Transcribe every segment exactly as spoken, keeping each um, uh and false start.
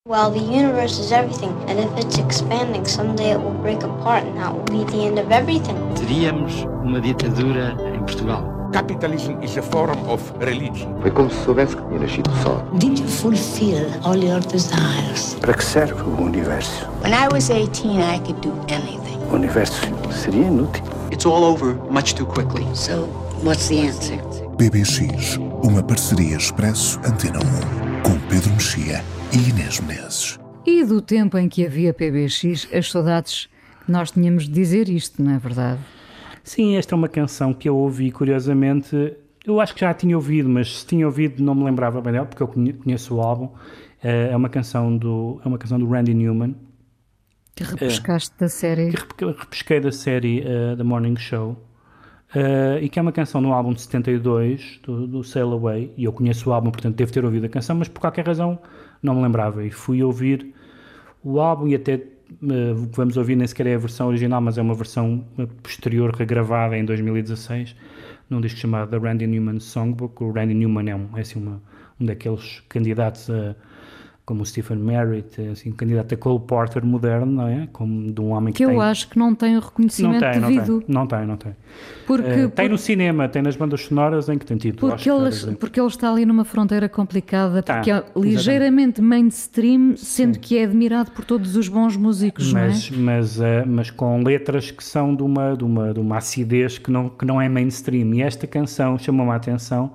Well, the universe is everything, and if it's expanding, someday it will break apart, and that will be the end of everything. Teríamos uma ditadura em Portugal. Capitalism is a form of religion. Foi como se soubesse que tinha nascido só. Did you fulfill all your desires? Para que serve o universo? When I was eighteen, I could do anything. O universo seria inútil. It's all over much too quickly. So, what's the answer? P B X, uma parceria Expresso Antena um, com Pedro Mexia e Inês Menezes. E do tempo em que havia P B X, as saudades que nós tínhamos de dizer isto, não é verdade? Sim, esta é uma canção que eu ouvi, curiosamente, eu acho que já a tinha ouvido, mas se tinha ouvido não me lembrava bem dela, porque eu conheço o álbum. É uma canção do, é uma canção do Randy Newman. Que repescaste uh, da série. Que repesquei da série uh, The Morning Show. Uh, e que é uma canção no álbum de setenta e dois, do, do Sail Away, e eu conheço o álbum, portanto devo ter ouvido a canção, mas por qualquer razão não me lembrava, e fui ouvir o álbum, e até uh, o que vamos ouvir nem sequer é a versão original, mas é uma versão posterior, regravada em dois mil e dezasseis, num disco chamado The Randy Newman Songbook. O Randy Newman é, um, é assim, uma, um daqueles candidatos a, como o Stephen Merritt, assim, candidato a Cole Porter moderno, não é? Como de um homem que, que tem... eu acho que não tem o reconhecimento não tem, devido. Não tem, não tem. Não tem. Porque, uh, tem por... no cinema, tem nas bandas sonoras em que tem tido. Porque, ele, porque ele está ali numa fronteira complicada, tá, porque é ligeiramente mainstream, sendo Sim. que é admirado por todos os bons músicos, mas, não é? Mas, uh, mas com letras que são de uma, de uma, de uma acidez que não, que não é mainstream. E esta canção chamou-me a atenção,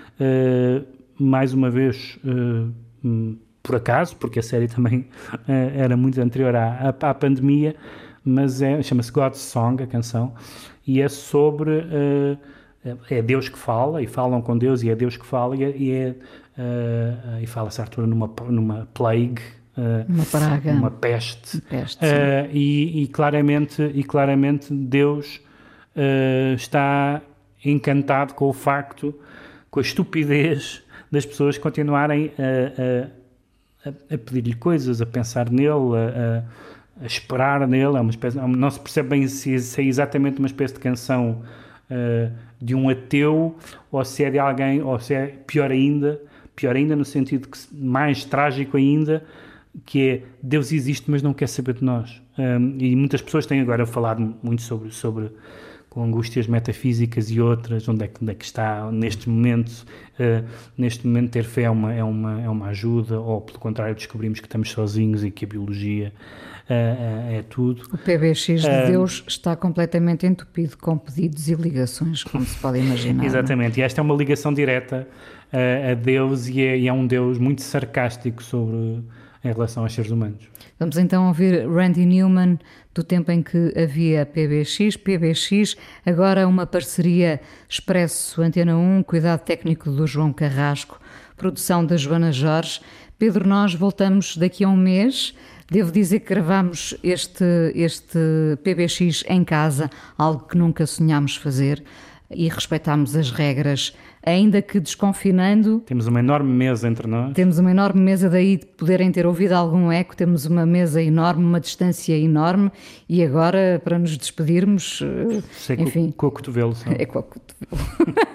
uh, mais uma vez... Uh, um, por acaso, porque a série também uh, era muito anterior à, à, à pandemia, mas é, chama-se God's Song, a canção, e é sobre, uh, é Deus que fala, e falam com Deus, e é Deus que fala, e, é, e, é, uh, e fala-se Arthur numa, numa plague, uh, uma praga, uma peste, peste uh, e, e, claramente, e claramente Deus uh, está encantado com o facto, com a estupidez das pessoas continuarem a... Uh, uh, a pedir-lhe coisas, a pensar nele, a, a, a esperar nele. É uma espécie, não se percebe bem se, se é exatamente uma espécie de canção uh, de um ateu, ou se é de alguém, ou se é pior ainda, pior ainda no sentido que, mais trágico ainda, que é Deus existe, mas não quer saber de nós. Um, e muitas pessoas têm agora falado muito sobre, sobre com angústias metafísicas e outras, onde é que, onde é que está neste momento, uh, neste momento ter fé é uma, é, uma, é uma ajuda, ou pelo contrário descobrimos que estamos sozinhos e que a biologia uh, uh, é tudo. O P B X de uh, Deus está completamente entupido com pedidos e ligações, como se pode imaginar. Exatamente, e esta é uma ligação direta uh, a Deus, e é, e é um Deus muito sarcástico sobre, em relação aos seres humanos. Vamos então ouvir Randy Newman, do tempo em que havia P B X, P B X, agora uma parceria Expresso Antena um, cuidado técnico do João Carrasco, produção da Joana Jorge. Pedro, nós voltamos daqui a um mês. Devo dizer que gravámos este, este P B X em casa, algo que nunca sonhámos fazer, e respeitámos as regras, ainda que desconfinando. Temos uma enorme mesa entre nós. Temos uma enorme mesa, daí de poderem ter ouvido algum eco. Temos uma mesa enorme, uma distância enorme, e agora, para nos despedirmos, Sei enfim... Com, com o cotovelo. Só. É com o cotovelo.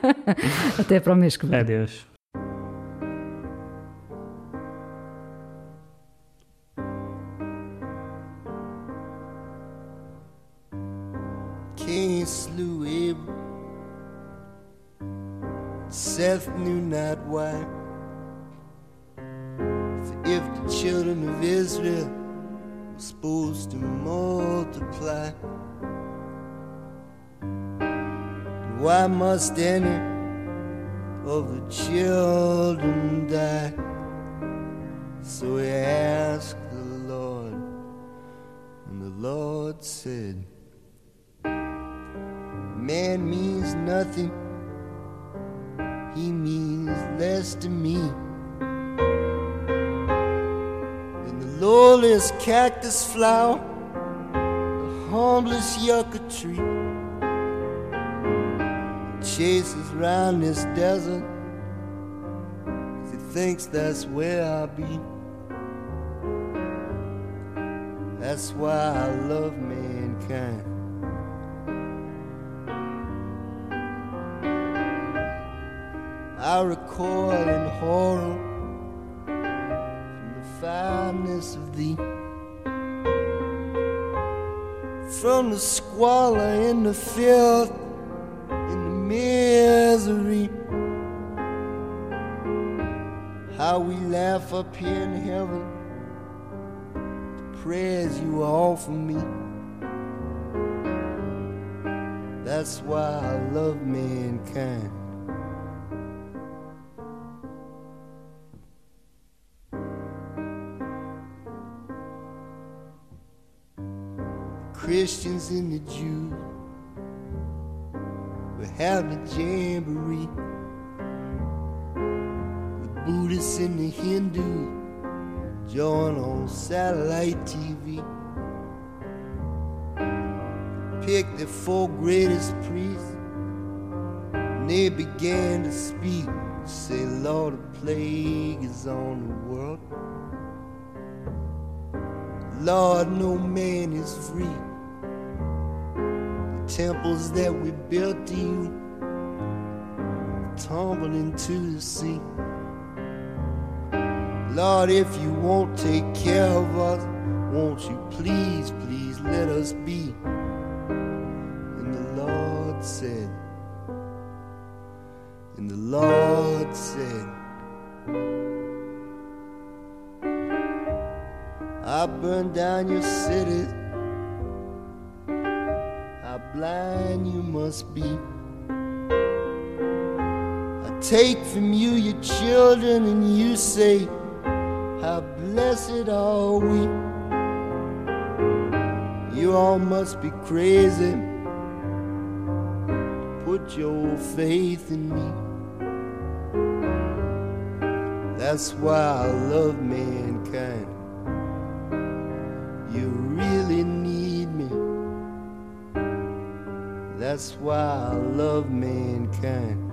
Até para o mês que vem. Adeus. Cain slew Abel, Seth knew not why. For if the children of Israel were supposed to multiply, why must any of the children die? So he asked the Lord, and the Lord said, man means nothing, he means less to me than the lowliest cactus flower, the humblest yucca tree. Chases round this desert, 'cause he thinks that's where I'll be. That's why I love mankind. I recoil in horror from the fire kindness of thee. From the squalor and the filth and the misery, how we laugh up here in heaven, the prayers you offer me. That's why I love mankind. Christians and the Jews will have the jamboree. The Buddhists and the Hindus join on satellite T V. Pick the four greatest priests, and they began to speak. Say, Lord, the plague is on the world. Lord, no man is free. Temples that we built to you tumbled into the sea. Lord, if you won't take care of us, won't you please, please let us be? And the Lord said, and the Lord said, I burn down your cities, how blind you must be. I take from you your children and you say, how blessed are we. You all must be crazy to put your faith in me. That's why I love mankind. You really need me. That's why I love mankind.